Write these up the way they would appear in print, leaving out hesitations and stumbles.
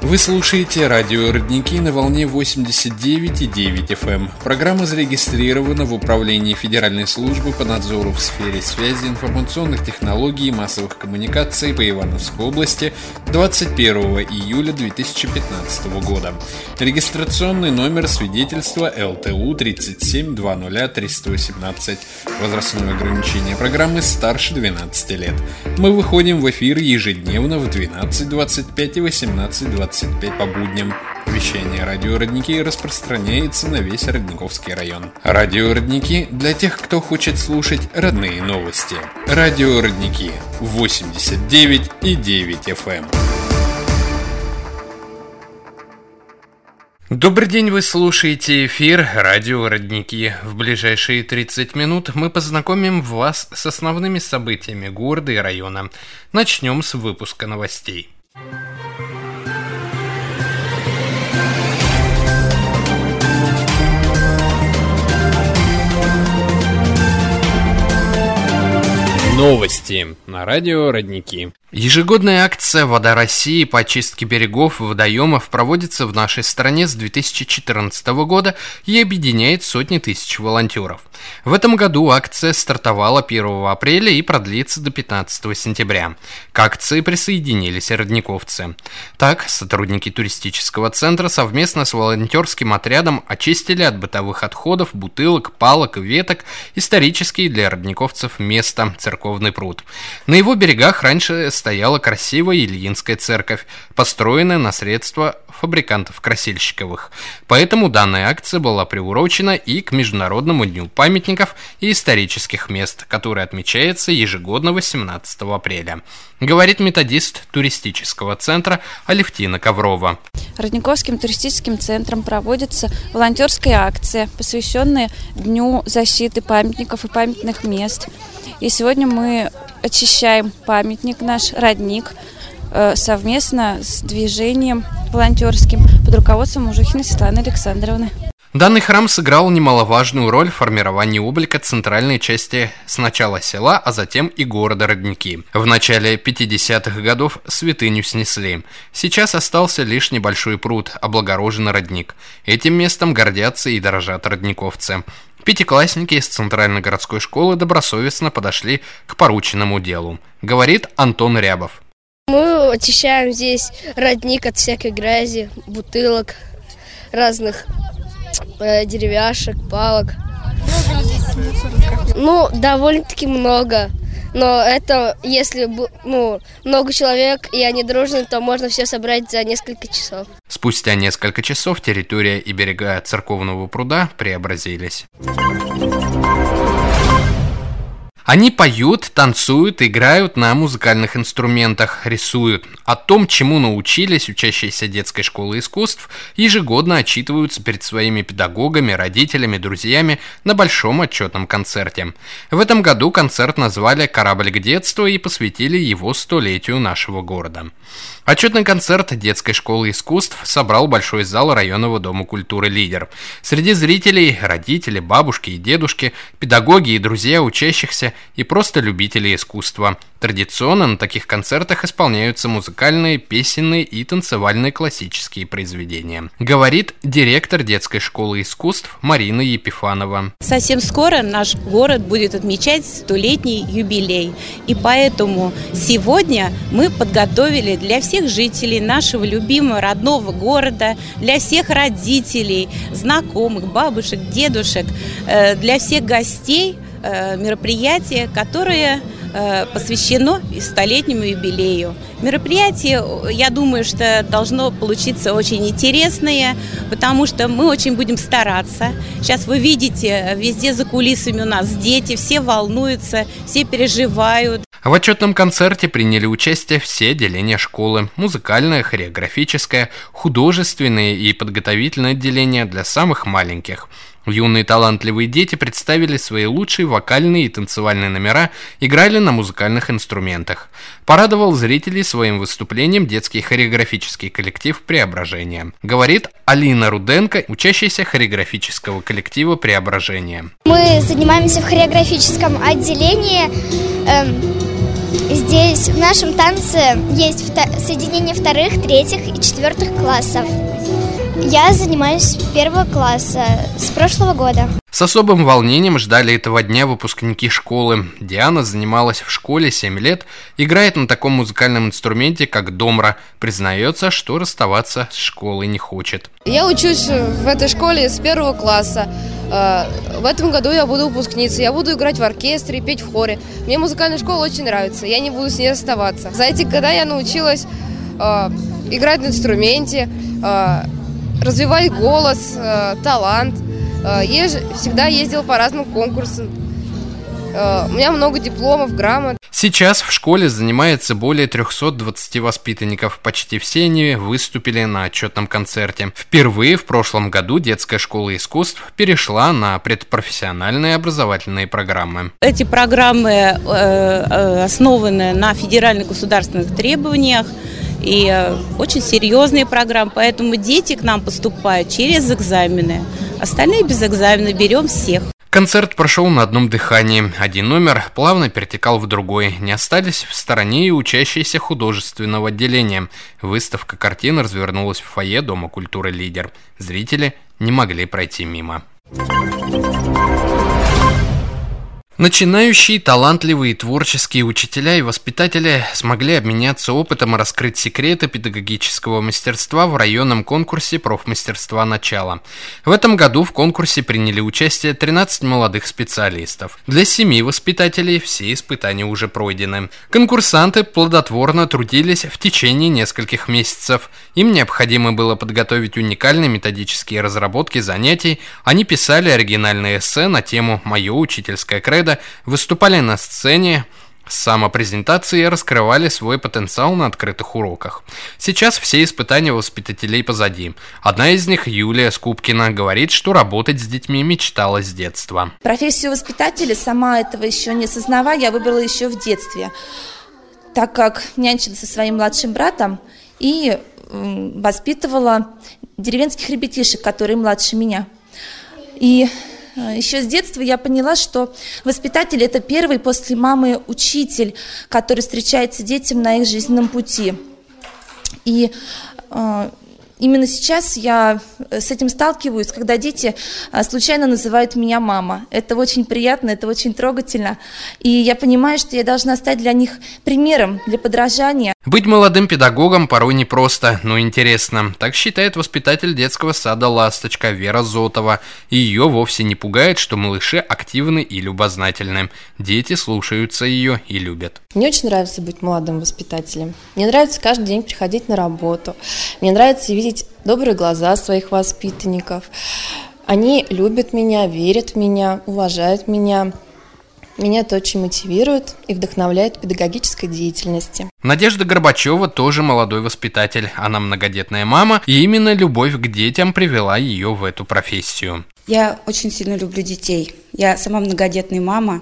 Вы слушаете радио «Родники» на волне 89,9 FM. Программа зарегистрирована в Управлении Федеральной службы по надзору в сфере связи, информационных технологий и массовых коммуникаций по Ивановской области 21 июля 2015 года. Регистрационный номер свидетельства ЛТУ 3720318. Возрастное ограничение программы старше 12 лет. Мы выходим в эфир ежедневно в 12:25 и 18:25 по будням. Вещание радио «Родники» распространяется на весь Родниковский район. Радио «Родники» для тех, кто хочет слушать родные новости. Радио «Родники» 89,9 FM. Добрый день, вы слушаете эфир радио «Родники». В ближайшие 30 минут мы познакомим вас с основными событиями города и района. Начнем с выпуска новостей. Новости на радио «Родники». Ежегодная акция «Вода России» по очистке берегов и водоемов проводится в нашей стране с 2014 года и объединяет сотни тысяч волонтеров. В этом году акция стартовала 1 апреля и продлится до 15 сентября. К акции присоединились родниковцы. Так, сотрудники туристического центра совместно с волонтерским отрядом очистили от бытовых отходов, бутылок, палок и веток исторические для родниковцев место – Церковный пруд. На его берегах раньше стояла красивая Ильинская церковь, построенная на средства фабрикантов Красильщиковых. Поэтому данная акция была приурочена и к Международному дню памятников и исторических мест, который отмечается ежегодно 18 апреля. Говорит методист туристического центра Алевтина Коврова. Родниковским туристическим центром проводится волонтерская акция, посвященная Дню защиты памятников и памятных мест. И сегодня мы очищаем памятник наш, родник, совместно с движением волонтерским под руководством Мужухиной Светланы Александровны. Данный храм сыграл немаловажную роль в формировании облика центральной части сначала села, а затем и города Родники. В начале 50-х годов святыню снесли. Сейчас остался лишь небольшой пруд, облагороженный родник. Этим местом гордятся и дорожат родниковцы. Пятиклассники из Центральной городской школы добросовестно подошли к порученному делу, говорит Антон Рябов. Мы очищаем здесь родник от всякой грязи, бутылок, разных деревяшек, палок. Довольно-таки много. Но это, если много человек и они дружны, то можно все собрать за несколько часов. Спустя несколько часов территория и берега Церковного пруда преобразились. Они поют, танцуют, играют на музыкальных инструментах, рисуют. О том, чему научились учащиеся детской школы искусств, ежегодно отчитываются перед своими педагогами, родителями, друзьями на большом отчетном концерте. В этом году концерт назвали «Корабль к детству» и посвятили его 100-летию нашего города. Отчетный концерт детской школы искусств собрал большой зал районного дома культуры «Лидер». Среди зрителей – родители, бабушки и дедушки, педагоги и друзья учащихся и просто любители искусства. Традиционно на таких концертах исполняются музыкальные, песенные и танцевальные классические произведения, говорит директор детской школы искусств Марина Епифанова. Совсем скоро наш город будет отмечать 100-летний юбилей. И поэтому сегодня мы подготовили для всех жителей нашего любимого родного города, для всех родителей, знакомых, бабушек, дедушек, для всех гостей мероприятие, которое посвящено 100-летнему юбилею. Мероприятие, я думаю, что должно получиться очень интересное, потому что мы очень будем стараться. Сейчас вы видите, везде за кулисами у нас дети, все волнуются, все переживают. В отчетном концерте приняли участие все отделения школы: музыкальное, хореографическое, художественное и подготовительное отделение для самых маленьких. Юные талантливые дети представили свои лучшие вокальные и танцевальные номера, играли на музыкальных инструментах. Порадовал зрителей своим выступлением детский хореографический коллектив «Преображение», говорит Алина Руденко, учащаяся хореографического коллектива «Преображение». Мы занимаемся в хореографическом отделении. Здесь Здесь в нашем танце есть соединение вторых, третьих и четвертых классов. Я занимаюсь с 1 класса, с прошлого года. С особым волнением ждали этого дня выпускники школы. Диана занималась в школе 7 лет, играет на таком музыкальном инструменте, как домра. Признается, что расставаться с школой не хочет. Я учусь в этой школе с 1 класса. В этом году я буду выпускницей, я буду играть в оркестре, петь в хоре. Мне музыкальная школа очень нравится, я не буду с ней расставаться. За эти годы я научилась играть на инструменте, развивать голос, талант. Я всегда ездила по разным конкурсам. У меня много дипломов, грамот. Сейчас в школе занимается более 320 воспитанников. Почти все они выступили на отчетном концерте. Впервые в прошлом году детская школа искусств перешла на предпрофессиональные образовательные программы. Эти программы основаны на федеральных государственных требованиях. И очень серьезные программы, поэтому дети к нам поступают через экзамены. Остальные без экзамена, берем всех. Концерт прошел на одном дыхании. Один номер плавно перетекал в другой. Не остались в стороне и учащиеся художественного отделения. Выставка картин развернулась в фойе Дома культуры «Лидер». Зрители не могли пройти мимо. Начинающие, талантливые, творческие учителя и воспитатели смогли обменяться опытом и раскрыть секреты педагогического мастерства в районном конкурсе профмастерства «Начало». В этом году в конкурсе приняли участие 13 молодых специалистов. Для 7 воспитателей все испытания уже пройдены. Конкурсанты плодотворно трудились в течение нескольких месяцев. Им необходимо было подготовить уникальные методические разработки занятий. Они писали оригинальные эссе на тему «Мое учительское кредо», выступали на сцене, с самопрезентацией раскрывали свой потенциал на открытых уроках. Сейчас все испытания воспитателей позади. Одна из них, Юлия Скупкина, говорит, что работать с детьми мечтала с детства. Профессию воспитателя, сама этого еще не осознавая, я выбрала еще в детстве, так как нянчилась со своим младшим братом и воспитывала деревенских ребятишек, которые младше меня. И еще с детства я поняла, что воспитатель – это первый после мамы учитель, который встречается детям на их жизненном пути. И именно сейчас я с этим сталкиваюсь, когда дети случайно называют меня мама. Это очень приятно, это очень трогательно. И я понимаю, что я должна стать для них примером, для подражания. Быть молодым педагогом порой непросто, но интересно. Так считает воспитатель детского сада «Ласточка» Вера Зотова. И ее вовсе не пугает, что малыши активны и любознательны. Дети слушаются ее и любят. Мне очень нравится быть молодым воспитателем. Мне нравится каждый день приходить на работу. Мне нравится видеть добрые глаза своих воспитанников. Они любят меня, верят в меня, уважают меня. Меня это очень мотивирует и вдохновляет в педагогической деятельности. Надежда Горбачева тоже молодой воспитатель. Она многодетная мама, и именно любовь к детям привела ее в эту профессию. Я очень сильно люблю детей. Я сама многодетная мама,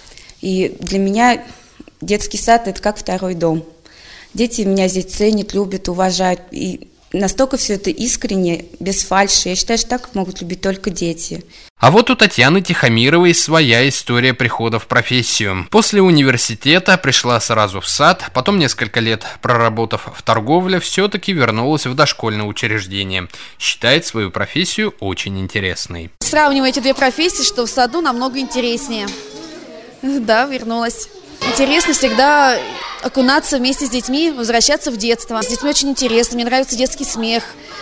и для меня детский сад – это как второй дом. Дети меня здесь ценят, любят, уважают, и настолько все это искренне, без фальши. Я считаю, что так могут любить только дети. А вот у Татьяны Тихомировой своя история прихода в профессию. После университета пришла сразу в сад, потом несколько лет проработав в торговле, все-таки вернулась в дошкольное учреждение. Считает свою профессию очень интересной. Сравнивая эти две профессии, что в саду намного интереснее. Да, вернулась. Интересно всегда окунаться вместе с детьми, возвращаться в детство. С детьми очень интересно, мне нравится детский смех,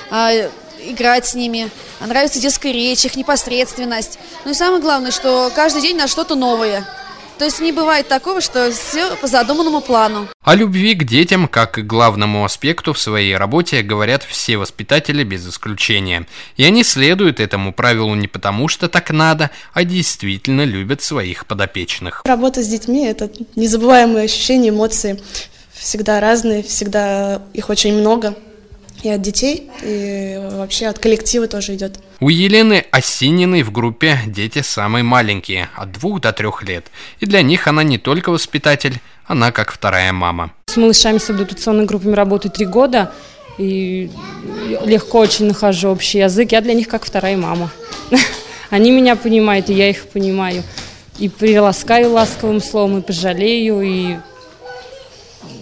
играть с ними, нравится детская речь, их непосредственность. Ну и самое главное, что каждый день на что-то новое. То есть не бывает такого, что все по задуманному плану. О любви к детям, как к главному аспекту в своей работе, говорят все воспитатели без исключения. И они следуют этому правилу не потому, что так надо, а действительно любят своих подопечных. Работа с детьми – это незабываемые ощущения, эмоции. Всегда разные, всегда их очень много. И от детей, и вообще от коллектива тоже идет. У Елены Осининой в группе дети самые маленькие, от 2 до 3 лет. И для них она не только воспитатель, она как вторая мама. С малышами с адаптационными группами работаю 3 года, и легко очень нахожу общий язык. Я для них как вторая мама. Они меня понимают, и я их понимаю. И приласкаю ласковым словом, и пожалею, и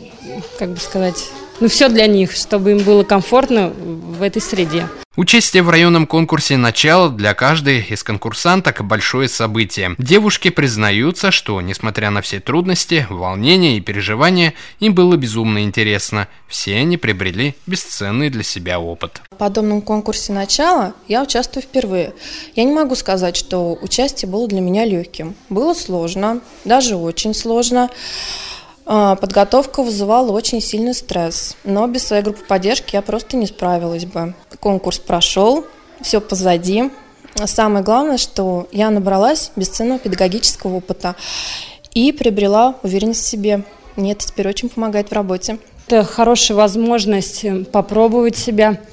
как бы сказать, все для них, чтобы им было комфортно в этой среде. Участие в районном конкурсе «Начало» для каждой из конкурсанток – большое событие. Девушки признаются, что, несмотря на все трудности, волнения и переживания, им было безумно интересно. Все они приобрели бесценный для себя опыт. В подобном конкурсе «Начало» я участвую впервые. Я не могу сказать, что участие было для меня легким. Было сложно, даже очень сложно. Подготовка вызывала очень сильный стресс, но без своей группы поддержки я просто не справилась бы. Конкурс прошел, все позади. Самое главное, что я набралась бесценного педагогического опыта и приобрела уверенность в себе. Мне это теперь очень помогает в работе. Это хорошая возможность попробовать себя,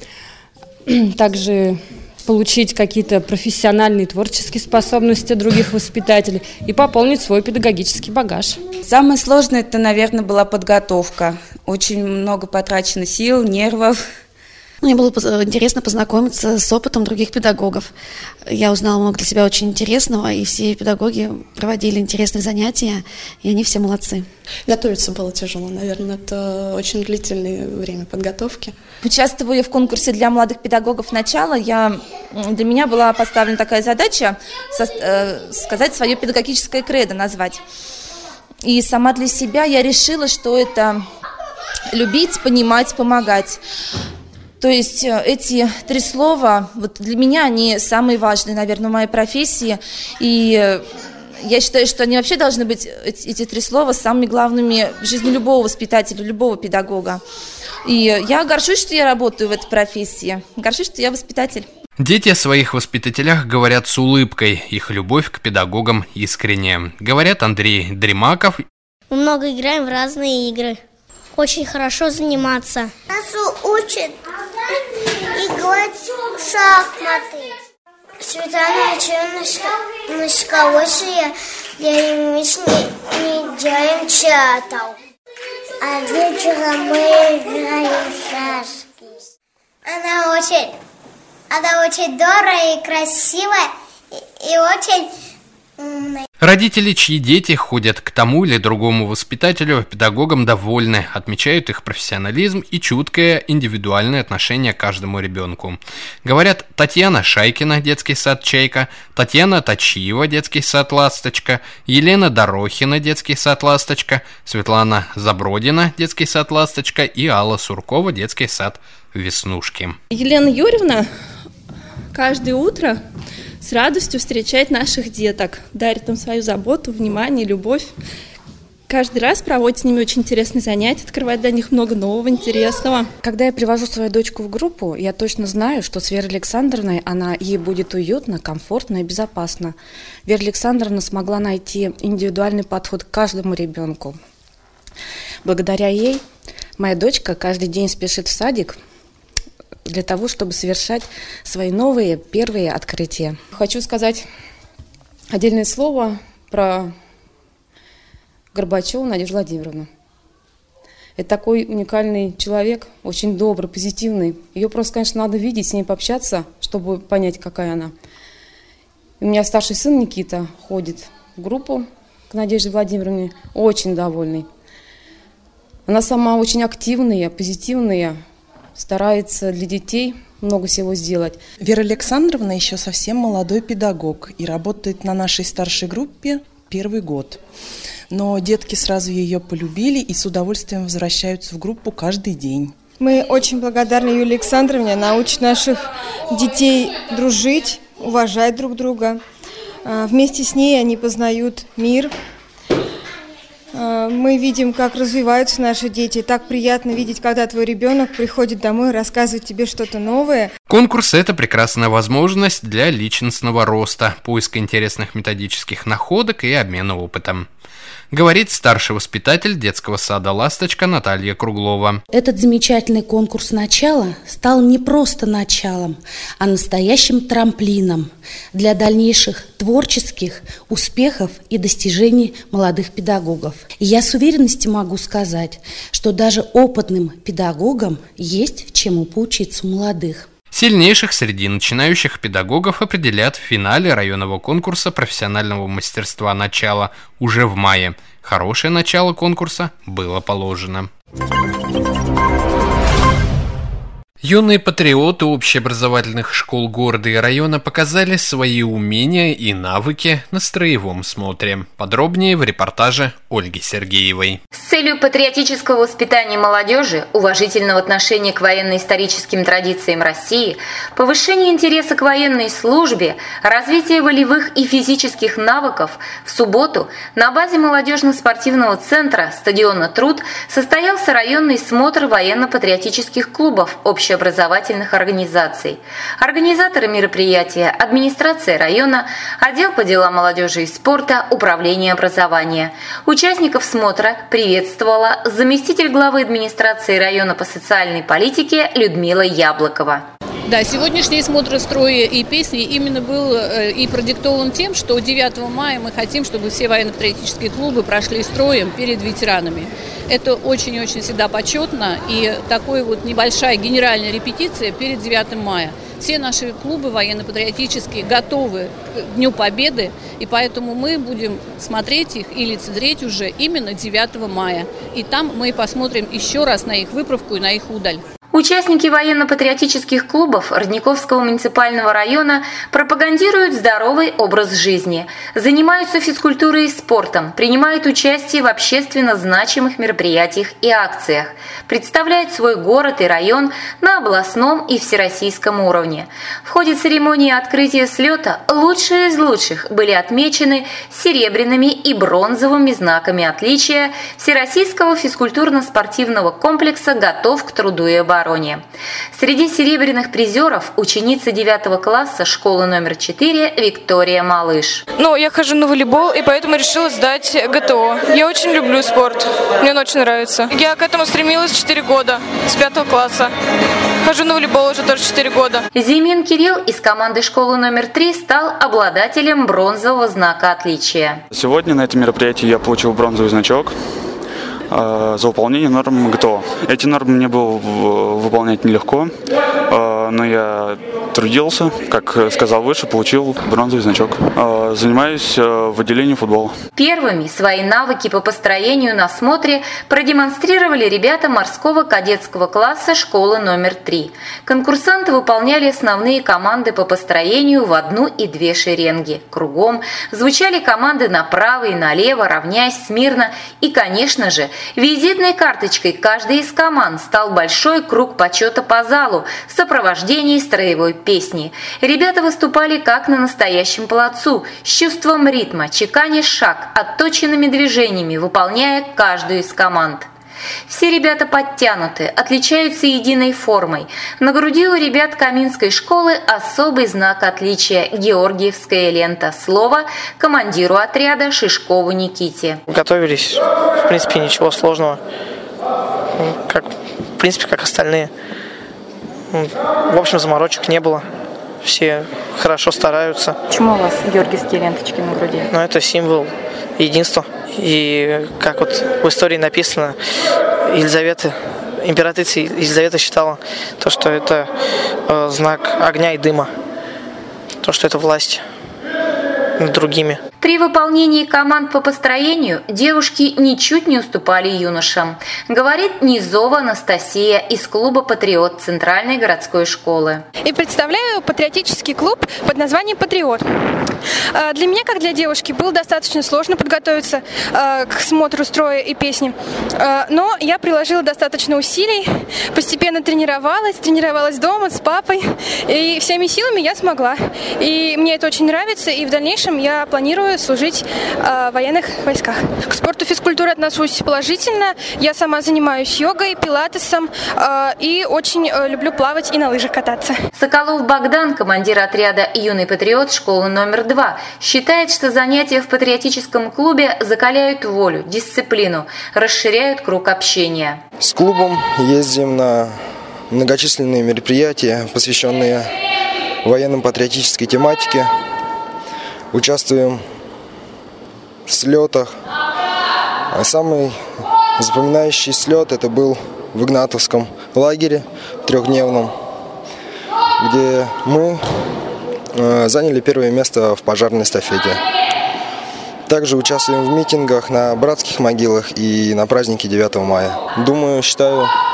также получить какие-то профессиональные творческие способности других воспитателей и пополнить свой педагогический багаж. Самое сложное, это, наверное, была подготовка. Очень много потрачено сил, нервов. Мне было интересно познакомиться с опытом других педагогов. Я узнала много для себя очень интересного, и все педагоги проводили интересные занятия, и они все молодцы. Готовиться было тяжело, наверное, это очень длительное время подготовки. Участвуя в конкурсе для молодых педагогов «Начало», для меня была поставлена такая задача сказать свое педагогическое кредо, назвать. И сама для себя я решила, что это любить, понимать, помогать. То есть эти 3 слова, вот для меня они самые важные, наверное, в моей профессии. И я считаю, что они вообще должны быть, эти 3 слова, самыми главными в жизни любого воспитателя, любого педагога. И я горжусь, что я работаю в этой профессии. Горжусь, что я воспитатель. Дети о своих воспитателях говорят с улыбкой. Их любовь к педагогам искренняя. Говорят Андрей Дремаков. Мы много играем в разные игры. Очень хорошо заниматься. Нас учат играть в шахматы. Светлана Ачевна Носковая, мы с ней делаем чатов. А вечером мы играем в шашки. Она очень добрая и красивая, и очень умная. Родители, чьи дети ходят к тому или другому воспитателю, педагогам довольны, отмечают их профессионализм и чуткое индивидуальное отношение к каждому ребенку. Говорят Татьяна Шайкина, детский сад «Чайка», Татьяна Точиева, детский сад «Ласточка», Елена Дорохина, детский сад «Ласточка», Светлана Забродина, детский сад «Ласточка» и Алла Суркова, детский сад «Веснушки». Елена Юрьевна каждое утро с радостью встречает наших деток, дарит им свою заботу, внимание, любовь. Каждый раз проводит с ними очень интересные занятия, открывает для них много нового, интересного. Когда я привожу свою дочку в группу, я точно знаю, что с Верой Александровной ей будет уютно, комфортно и безопасно. Вера Александровна смогла найти индивидуальный подход к каждому ребенку. Благодаря ей моя дочка каждый день спешит в садик для того, чтобы совершать свои новые первые открытия. Хочу сказать отдельное слово про Горбачеву Надежду Владимировну. Это такой уникальный человек, очень добрый, позитивный. Ее просто, конечно, надо видеть, с ней пообщаться, чтобы понять, какая она. У меня старший сын Никита ходит в группу к Надежде Владимировне, очень довольный. Она сама очень активная, позитивная, старается для детей много всего сделать. Вера Александровна еще совсем молодой педагог и работает на нашей старшей группе 1 год. Но детки сразу ее полюбили и с удовольствием возвращаются в группу каждый день. Мы очень благодарны Юлии Александровне. Она учит наших детей дружить, уважать друг друга. Вместе с ней они познают мир. Мы видим, как развиваются наши дети. Так приятно видеть, когда твой ребенок приходит домой и рассказывает тебе что-то новое. Конкурс – это прекрасная возможность для личностного роста, поиска интересных методических находок и обмена опытом. Говорит старший воспитатель детского сада «Ласточка» Наталья Круглова. Этот замечательный конкурс «Начало» стал не просто началом, а настоящим трамплином для дальнейших творческих успехов и достижений молодых педагогов. И я с уверенностью могу сказать, что даже опытным педагогам есть чему поучиться у молодых. Сильнейших среди начинающих педагогов определят в финале районного конкурса профессионального мастерства «Начало» уже в мае. Хорошее начало конкурса было положено. Юные патриоты общеобразовательных школ города и района показали свои умения и навыки на строевом смотре. Подробнее в репортаже Ольги Сергеевой. С целью патриотического воспитания молодежи, уважительного отношения к военно-историческим традициям России, повышения интереса к военной службе, развития волевых и физических навыков, в субботу на базе молодежно-спортивного центра стадиона «Труд» состоялся районный смотр военно-патриотических клубов общеобразовательных организаций. Организаторы мероприятия – администрация района, отдел по делам молодежи и спорта, управление образования. Участников смотра приветствовала заместитель главы администрации района по социальной политике Людмила Яблокова. Да, сегодняшний смотр строя и песни именно был и продиктован тем, что 9 мая мы хотим, чтобы все военно-патриотические клубы прошли строем перед ветеранами. Это очень-очень всегда почетно, и такой вот небольшая генеральная репетиция перед 9 мая. Все наши клубы военно-патриотические готовы к Дню Победы, и поэтому мы будем смотреть их и лицезреть уже именно 9 мая. И там мы посмотрим еще раз на их выправку и на их удаль. Участники военно-патриотических клубов Родниковского муниципального района пропагандируют здоровый образ жизни, занимаются физкультурой и спортом, принимают участие в общественно значимых мероприятиях и акциях, представляют свой город и район на областном и всероссийском уровне. В ходе церемонии открытия слета лучшие из лучших были отмечены серебряными и бронзовыми знаками отличия Всероссийского физкультурно-спортивного комплекса «Готов к труду и обороне». Среди серебряных призеров ученица 9 класса школы номер 4 Виктория Малыш. Я хожу на волейбол, и поэтому решила сдать ГТО. Я очень люблю спорт, мне он очень нравится. Я к этому стремилась 4 года, с 5 класса. Хожу на волейбол уже тоже 4 года. Зимин Кирилл из команды школы номер 3 стал обладателем бронзового знака отличия. Сегодня на этом мероприятии я получил бронзовый значок за выполнение норм ГТО. Эти нормы мне было выполнять нелегко, но я трудился, как сказал выше, получил бронзовый значок. Занимаюсь в отделении футбола. Первыми свои навыки по построению на смотре продемонстрировали ребята морского кадетского класса школы номер 3. Конкурсанты выполняли основные команды по построению в 1 и 2 шеренги. Кругом звучали команды направо и налево, равняясь смирно, и, конечно же, визитной карточкой каждой из команд стал большой круг почета по залу в сопровождении строевой песни. Ребята выступали как на настоящем плацу, с чувством ритма, чеканя шаг, отточенными движениями, выполняя каждую из команд. Все ребята подтянуты, отличаются единой формой. На груди у ребят Каминской школы особый знак отличия – георгиевская лента. Слово командиру отряда Шишкову Никите. Готовились, в принципе, ничего сложного. В принципе, как остальные. В общем, заморочек не было. Все хорошо стараются. Почему у вас георгиевские ленточки на груди? Это символ единства. И как вот в истории написано, императрица Елизавета считала, что это знак огня и дыма, что это власть над другими. При выполнении команд по построению девушки ничуть не уступали юношам, говорит Низова Анастасия из клуба «Патриот» Центральной городской школы. И представляю патриотический клуб под названием «Патриот». Для меня, как для девушки, было достаточно сложно подготовиться к смотру строя и песни, но я приложила достаточно усилий, постепенно тренировалась дома с папой, и всеми силами я смогла. И мне это очень нравится, и в дальнейшем я планирую служить в военных войсках. К спорту физкультуры отношусь положительно. Я сама занимаюсь йогой, пилатесом и очень люблю плавать и на лыжах кататься. Соколов Богдан, командир отряда «Юный патриот» школы номер 2, считает, что занятия в патриотическом клубе закаляют волю, дисциплину, расширяют круг общения. С клубом ездим на многочисленные мероприятия, посвященные военно-патриотической тематике. Участвуем в слетах. Самый запоминающий слет это был в Игнатовском лагере 3-дневном, где мы заняли первое место в пожарной эстафете. Также участвуем в митингах на братских могилах и на празднике 9 мая. Считаю,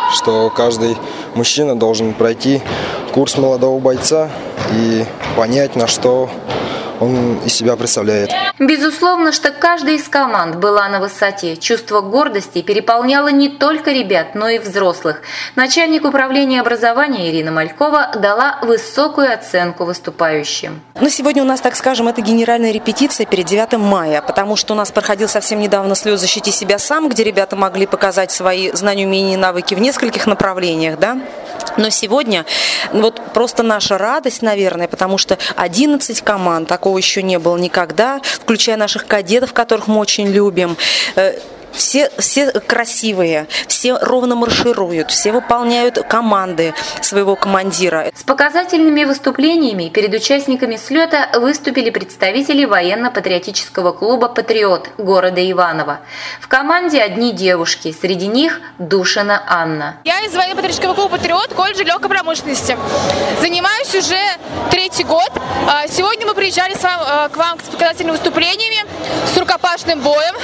что каждый мужчина должен пройти курс молодого бойца и понять, на что он из себя представляет. Безусловно, что каждая из команд была на высоте. Чувство гордости переполняло не только ребят, но и взрослых. Начальник управления образования Ирина Малькова дала высокую оценку выступающим. Сегодня у нас, так скажем, это генеральная репетиция перед 9 мая, потому что у нас проходил совсем недавно «Слет «Защити себя сам», где ребята могли показать свои знания, умения и навыки в нескольких направлениях, да? Но сегодня просто наша радость, наверное, потому что 11 команд, такого еще не было никогда, включая наших кадетов, которых мы очень любим. Все красивые, все ровно маршируют, все выполняют команды своего командира. С показательными выступлениями перед участниками слета выступили представители военно-патриотического клуба «Патриот» города Иваново. В команде одни девушки, среди них Душина Анна. Я из военно-патриотического клуба «Патриот» колледжа легкой промышленности. Занимаюсь уже 3-й год. Сегодня мы приезжали к вам с показательными выступлениями, с рукопашным боем,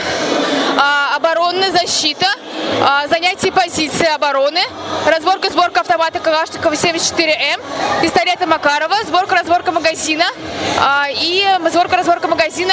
оборонная защита, занятие позиции обороны, разборка-сборка автомата Калашникова 74М, пистолета Макарова, сборка-разборка магазина и сборка-разборка магазина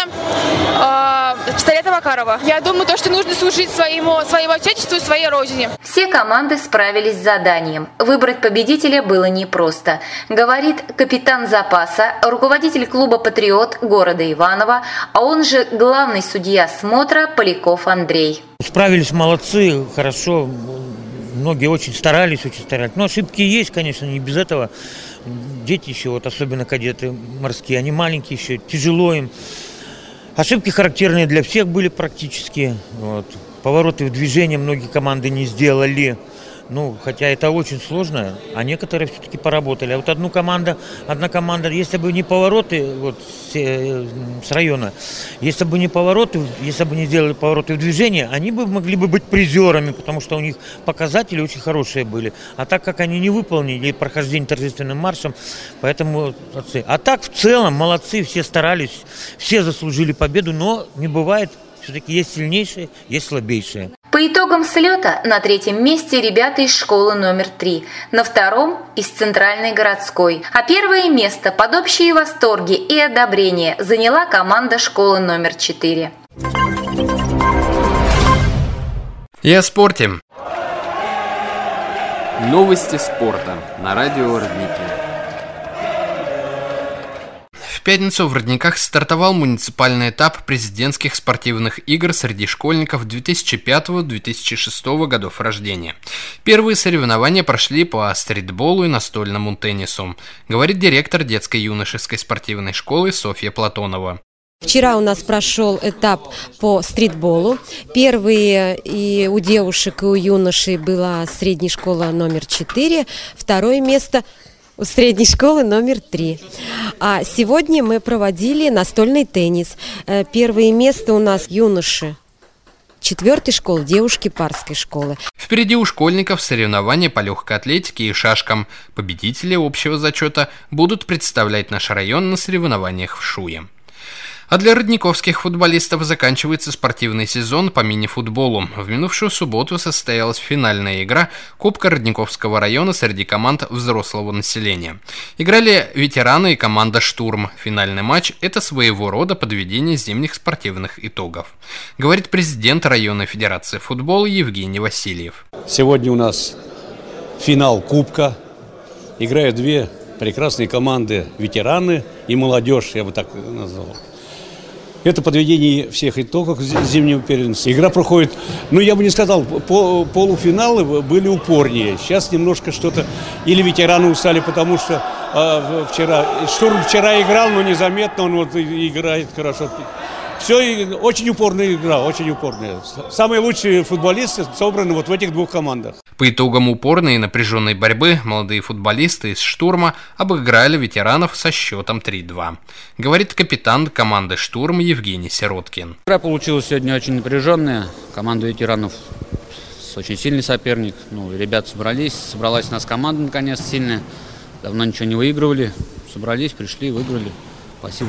пистолета Макарова. Я думаю, что нужно служить своему отечеству и своей родине. Все команды справились с заданием. Выбрать победителя было непросто, говорит капитан запаса, руководитель клуба «Патриот» города Иваново, а он же главный судья смотра Поляков Андрей. Справились молодцы, хорошо, многие очень старались. Но ошибки есть, конечно, не без этого. Дети еще, особенно кадеты морские, они маленькие еще, тяжело им. Ошибки характерные для всех были практически. Повороты в движении многие команды не сделали. Хотя это очень сложно, а некоторые все-таки поработали. А одна команда, если бы не повороты с района, если бы не сделали повороты в движении, они бы могли бы быть призерами, потому что у них показатели очень хорошие были. А так как они не выполнили прохождение торжественным маршем, поэтому... А так в целом молодцы, все старались, все заслужили победу, но не бывает, все-таки есть сильнейшие, есть слабейшие. По итогам слета на 3-м месте ребята из школы номер 3, на 2-м из Центральной городской. А 1-е место под общие восторги и одобрение заняла команда школы номер 4. И о спорте. Новости спорта на радио «Родники». В пятницу в Родниках стартовал муниципальный этап президентских спортивных игр среди школьников 2005-2006 годов рождения. Первые соревнования прошли по стритболу и настольному теннису, говорит директор детско-юношеской спортивной школы Софья Платонова. Вчера у нас прошел этап по стритболу. Первые и у девушек, и у юношей была средняя школа номер 4, второе место у средней школы номер 3. А сегодня мы проводили настольный теннис. Первое место у нас юноши 4-й школы, девушки Парской школы. Впереди у школьников соревнования по легкой атлетике и шашкам. Победители общего зачета будут представлять наш район на соревнованиях в Шуе. А для родниковских футболистов заканчивается спортивный сезон по мини-футболу. В минувшую субботу состоялась финальная игра Кубка Родниковского района среди команд взрослого населения. Играли ветераны и команда «Штурм». Финальный матч – это своего рода подведение зимних спортивных итогов, говорит президент районной федерации футбола Евгений Васильев. Сегодня у нас финал Кубка. Играют две прекрасные команды – ветераны и молодежь, я бы так назвал. Это подведение всех итогов зимнего первенства. Игра проходит, я бы не сказал, полуфиналы были упорнее. Сейчас немножко что-то, или ветераны устали, потому что Штурм вчера играл, но незаметно, он играет хорошо. Все, очень упорная игра, очень упорная. Самые лучшие футболисты собраны в этих двух командах. По итогам упорной и напряженной борьбы молодые футболисты из «Штурма» обыграли ветеранов со счетом 3-2, говорит капитан команды «Штурм» Евгений Сироткин. Игра получилась сегодня очень напряженная. Команда ветеранов очень сильный соперник. Ребята собралась у нас команда наконец сильная. Давно ничего не выигрывали. Собрались, пришли, выиграли. Спасибо всем.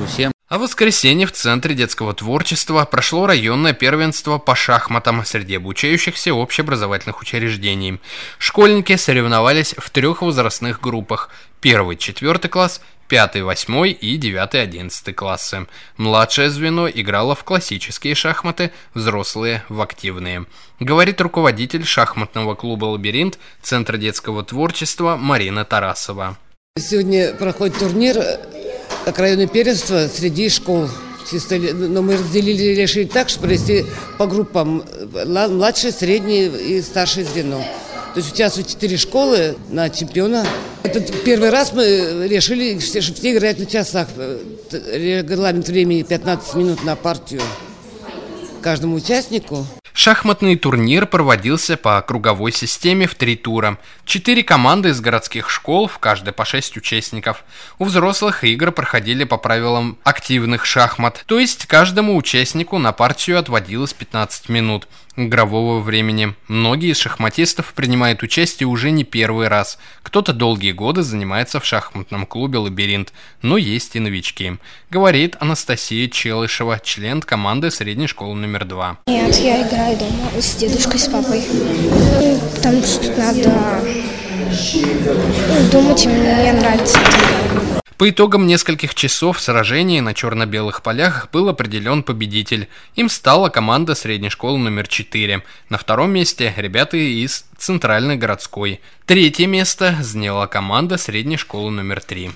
А в воскресенье в Центре детского творчества прошло районное первенство по шахматам среди обучающихся общеобразовательных учреждений. Школьники соревновались в 3 возрастных группах: 1-4 класс, 5-8 и 9-11 классы. Младшее звено играло в классические шахматы, взрослые в активные. Говорит руководитель шахматного клуба «Лабиринт» Центра детского творчества Марина Тарасова. Сегодня проходит турнир как районное первенство среди школ. Но мы решили так, что провести по группам: младшее, среднее и старшее звено. То есть участвуют 4 школы на чемпиона. Это первый раз мы решили, что все играют на часах. Регламент времени 15 минут на партию каждому участнику. Шахматный турнир проводился по круговой системе в 3 тура. 4 команды из городских школ, в каждой по 6 участников. У взрослых игры проходили по правилам активных шахмат, то есть каждому участнику на партию отводилось 15 минут игрового времени. Многие из шахматистов принимают участие уже не первый раз. Кто-то долгие годы занимается в шахматном клубе «Лабиринт», но есть и новички. Говорит Анастасия Челышева, член команды средней школы номер 2. Нет, я играю дома с дедушкой, с папой. Потому что тут надо думать, и мне нравится это. По итогам нескольких часов сражений на черно-белых полях был определен победитель. Им стала команда средней школы номер 4. На 2-м месте ребята из Центральной городской. 3-е место заняла команда средней школы номер 3.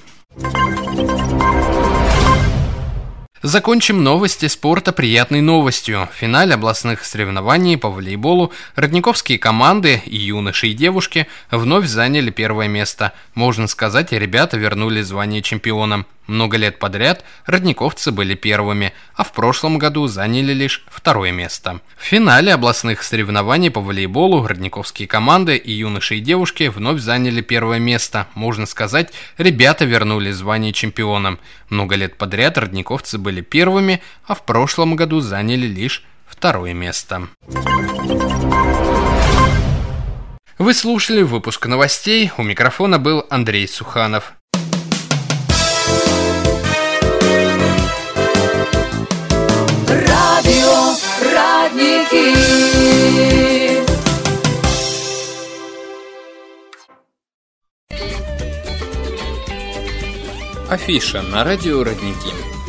Закончим новости спорта приятной новостью. В финале областных соревнований по волейболу родниковские команды, и юноши, и девушки, вновь заняли 1-е место. Можно сказать, ребята вернули звание чемпионам. Много лет подряд родниковцы были первыми, а в прошлом году заняли лишь 2-е место. В финале областных соревнований по волейболу родниковские команды, и юноши, и девушки, вновь заняли 1-е место. Можно сказать, ребята вернули звание чемпионам. Много лет подряд родниковцы были первыми, а в прошлом году заняли лишь 2-е место. Вы слушали выпуск новостей. У микрофона был Андрей Суханов. Радио Родники. Афиша на радио Родники.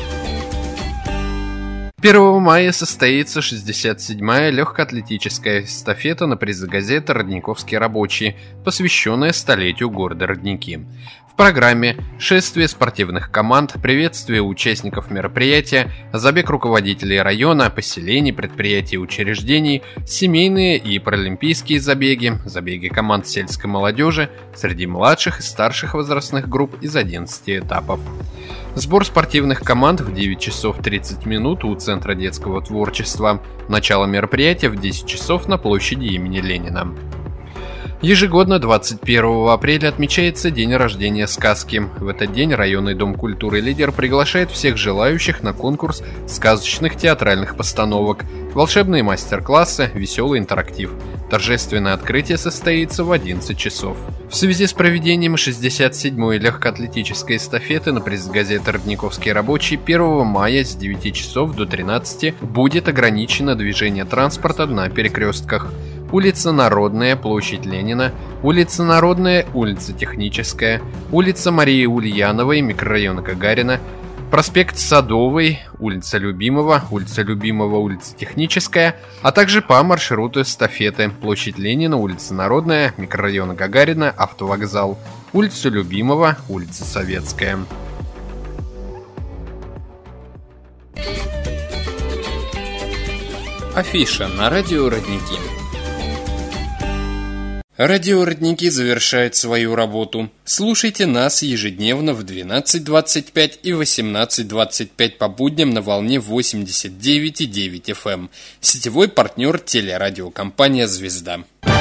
1 мая состоится 67-я легкоатлетическая эстафета на призы газеты «Родниковский рабочий», посвященная столетию города Родники. В программе шествие спортивных команд, приветствие участников мероприятия, забег руководителей района, поселений, предприятий и учреждений, семейные и паралимпийские забеги, забеги команд сельской молодежи среди младших и старших возрастных групп из 11 этапов. Сбор спортивных команд в 9 часов 30 минут у Центра детского творчества. Начало мероприятия в 10 часов на площади имени Ленина. Ежегодно 21 апреля отмечается день рождения сказки. В этот день районный дом культуры «Лидер» приглашает всех желающих на конкурс сказочных театральных постановок, волшебные мастер-классы, веселый интерактив. Торжественное открытие состоится в 11 часов. В связи с проведением 67-й легкоатлетической эстафеты на приз газеты «Родниковский рабочий» 1 мая с 9 часов до 13 будет ограничено движение транспорта на перекрестках. Улица Народная, площадь Ленина, улица Народная, улица Техническая, улица Марии Ульяновой, микрорайон Гагарина, проспект Садовый, улица Любимого, улица Техническая, а также по маршруту эстафеты: площадь Ленина, улица Народная, микрорайон Гагарина, автовокзал, улицу Любимого, улица Советская. Афиша на радио Родники. Радио Родники завершает свою работу. Слушайте нас ежедневно в 12:25 и 18:25 по будням на волне 89,9 FM. Сетевой партнер телерадиокомпания «Звезда».